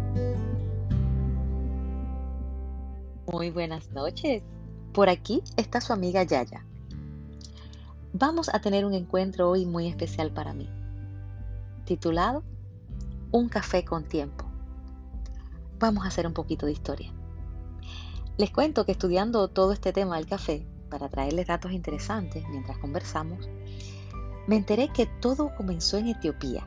Muy buenas noches. Por aquí está su amiga Yaya. Vamos a tener un encuentro hoy muy especial para mí, titulado Un café con tiempo. Vamos a hacer un poquito de historia. Les cuento que estudiando todo este tema del café, para traerles datos interesantes mientras conversamos, me enteré que todo comenzó en Etiopía.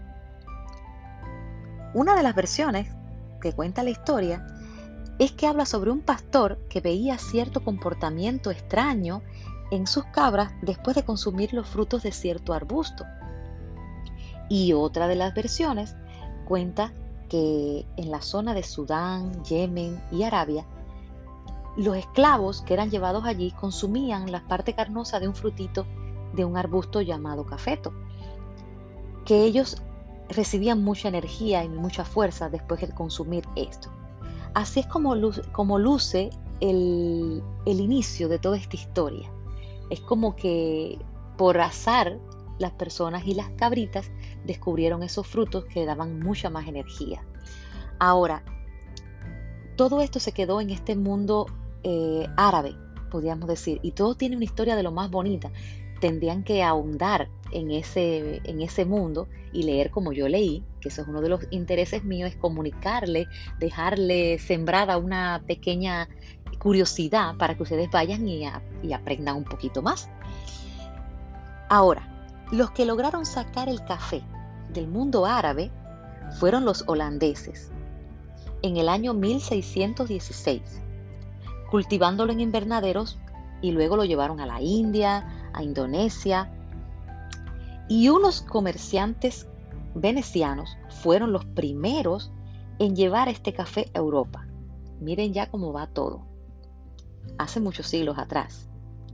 Una de las versiones que cuenta la historia es que habla sobre un pastor que veía cierto comportamiento extraño en sus cabras después de consumir los frutos de cierto arbusto. Y otra de las versiones cuenta que en la zona de Sudán, Yemen y Arabia, los esclavos que eran llevados allí consumían la parte carnosa de un frutito de un arbusto llamado cafeto, que ellos recibían mucha energía y mucha fuerza después de consumir esto. Así es como luce el inicio de toda esta historia. Es como que por azar las personas y las cabritas descubrieron esos frutos que daban mucha más energía. Ahora, todo esto se quedó en este mundo árabe, podríamos decir, y todo tiene una historia de lo más bonita. Tendrían que ahondar en ese mundo y leer como yo leí, que eso es uno de los intereses míos, es comunicarle, dejarle sembrada una pequeña curiosidad para que ustedes vayan y aprendan un poquito más. Ahora, los que lograron sacar el café del mundo árabe fueron los holandeses en el año 1616, cultivándolo en invernaderos, y luego lo llevaron a la India, a Indonesia, y unos comerciantes venecianos fueron los primeros en llevar este café a Europa. Miren ya cómo va todo, hace muchos siglos atrás.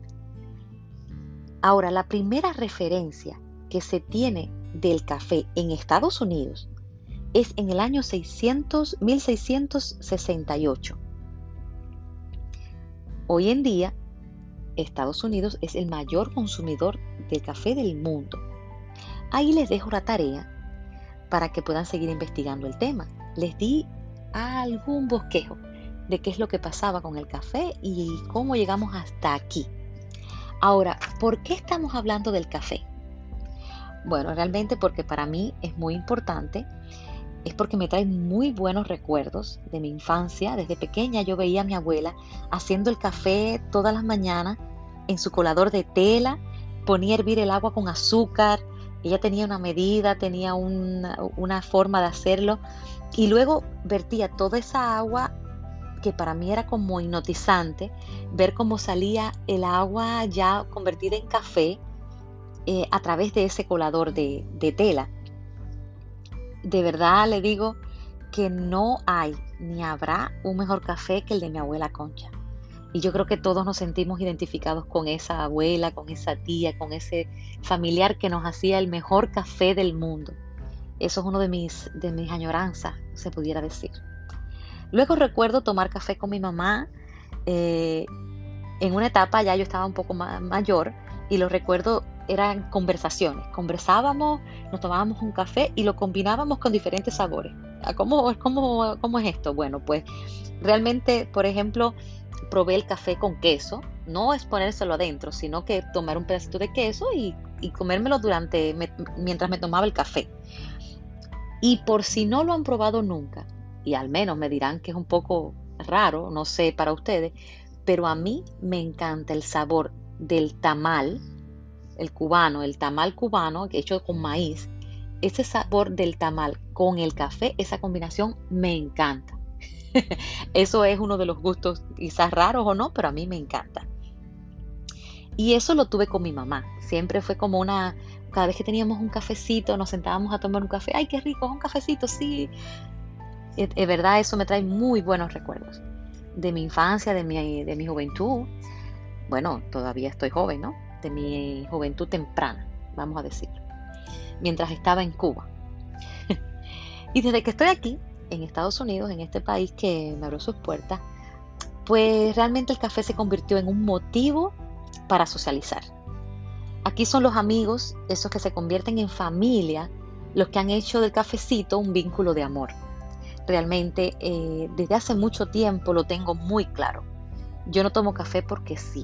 Ahora, la primera referencia que se tiene del café en Estados Unidos es en el año 1668. Hoy en día, Estados Unidos es el mayor consumidor del café del mundo. Ahí les dejo la tarea para que puedan seguir investigando el tema. Les di algún bosquejo de qué es lo que pasaba con el café y cómo llegamos hasta aquí. Ahora, ¿por qué estamos hablando del café? Bueno, realmente porque para mí es muy importante, es porque me trae muy buenos recuerdos de mi infancia. Desde pequeña yo veía a mi abuela haciendo el café todas las mañanas en su colador de tela, ponía a hervir el agua con azúcar. Ella tenía una medida, tenía una forma de hacerlo, y luego vertía toda esa agua que para mí era como hipnotizante, ver cómo salía el agua ya convertida en café a través de ese colador de tela. De verdad le digo que no hay ni habrá un mejor café que el de mi abuela Concha. Y yo creo que todos nos sentimos identificados con esa abuela, con esa tía, con ese familiar que nos hacía el mejor café del mundo. Eso es uno de mis añoranzas, se pudiera decir. Luego recuerdo tomar café con mi mamá. En una etapa ya yo estaba un poco mayor, y lo recuerdo, eran conversaciones. Conversábamos, nos tomábamos un café y lo combinábamos con diferentes sabores. ¿Cómo es esto? Bueno, pues realmente, por ejemplo, probé el café con queso. No es ponérselo adentro, sino que tomar un pedacito de queso y comérmelo mientras me tomaba el café. Y por si no lo han probado nunca, y al menos me dirán que es un poco raro, no sé para ustedes, pero a mí me encanta el sabor del tamal, el tamal cubano hecho con maíz. Ese sabor del tamal con el café, esa combinación me encanta. Eso es uno de los gustos quizás raros o no, pero a mí me encanta. Y eso lo tuve con mi mamá. Siempre fue como cada vez que teníamos un cafecito, nos sentábamos a tomar un café. ¡Ay, qué rico! Un cafecito, sí. Es verdad, eso me trae muy buenos recuerdos de mi infancia, de mi juventud. Bueno, todavía estoy joven, ¿no? De mi juventud temprana, vamos a decir, mientras estaba en Cuba. Y desde que estoy aquí, en Estados Unidos, en este país que me abrió sus puertas, pues realmente el café se convirtió en un motivo para socializar. Aquí son los amigos, esos que se convierten en familia, los que han hecho del cafecito un vínculo de amor. Realmente desde hace mucho tiempo lo tengo muy claro. Yo no tomo café porque sí.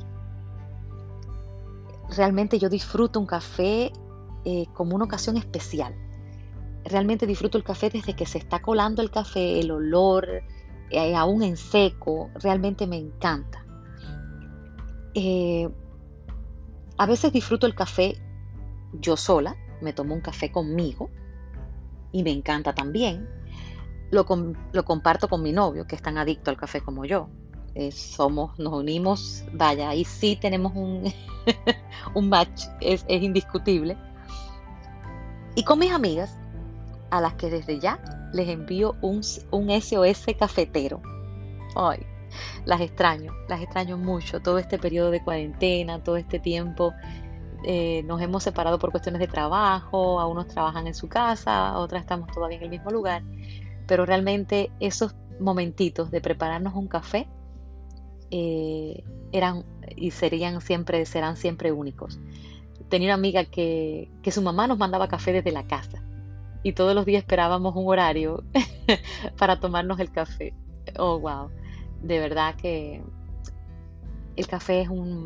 Realmente yo disfruto un café como una ocasión especial. Realmente disfruto el café desde que se está colando el café, el olor, aún en seco, realmente me encanta. Eh, a veces disfruto el café yo sola, me tomo un café conmigo y me encanta también. Lo comparto con mi novio, que es tan adicto al café como yo. Nos unimos, vaya, ahí sí tenemos un match, es indiscutible. Y con mis amigas, a las que desde ya les envío un SOS cafetero. Ay, las extraño mucho. Todo este periodo de cuarentena, todo este tiempo, nos hemos separado por cuestiones de trabajo, a unos trabajan en su casa, otras estamos todavía en el mismo lugar, pero realmente esos momentitos de prepararnos un café eran y serán siempre únicos. Tenía una amiga que su mamá nos mandaba café desde la casa y todos los días esperábamos un horario para tomarnos el café. Oh, wow. De verdad que el café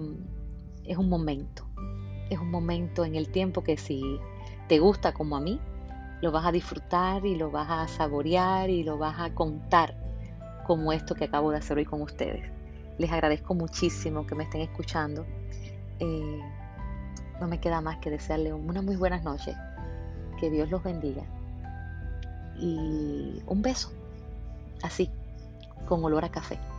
es un momento en el tiempo que si te gusta como a mí, lo vas a disfrutar y lo vas a saborear y lo vas a contar como esto que acabo de hacer hoy con ustedes. Les agradezco muchísimo que me estén escuchando. Eh, no me queda más que desearles una muy buenas noches. Que Dios los bendiga. Y un beso, así, con olor a café.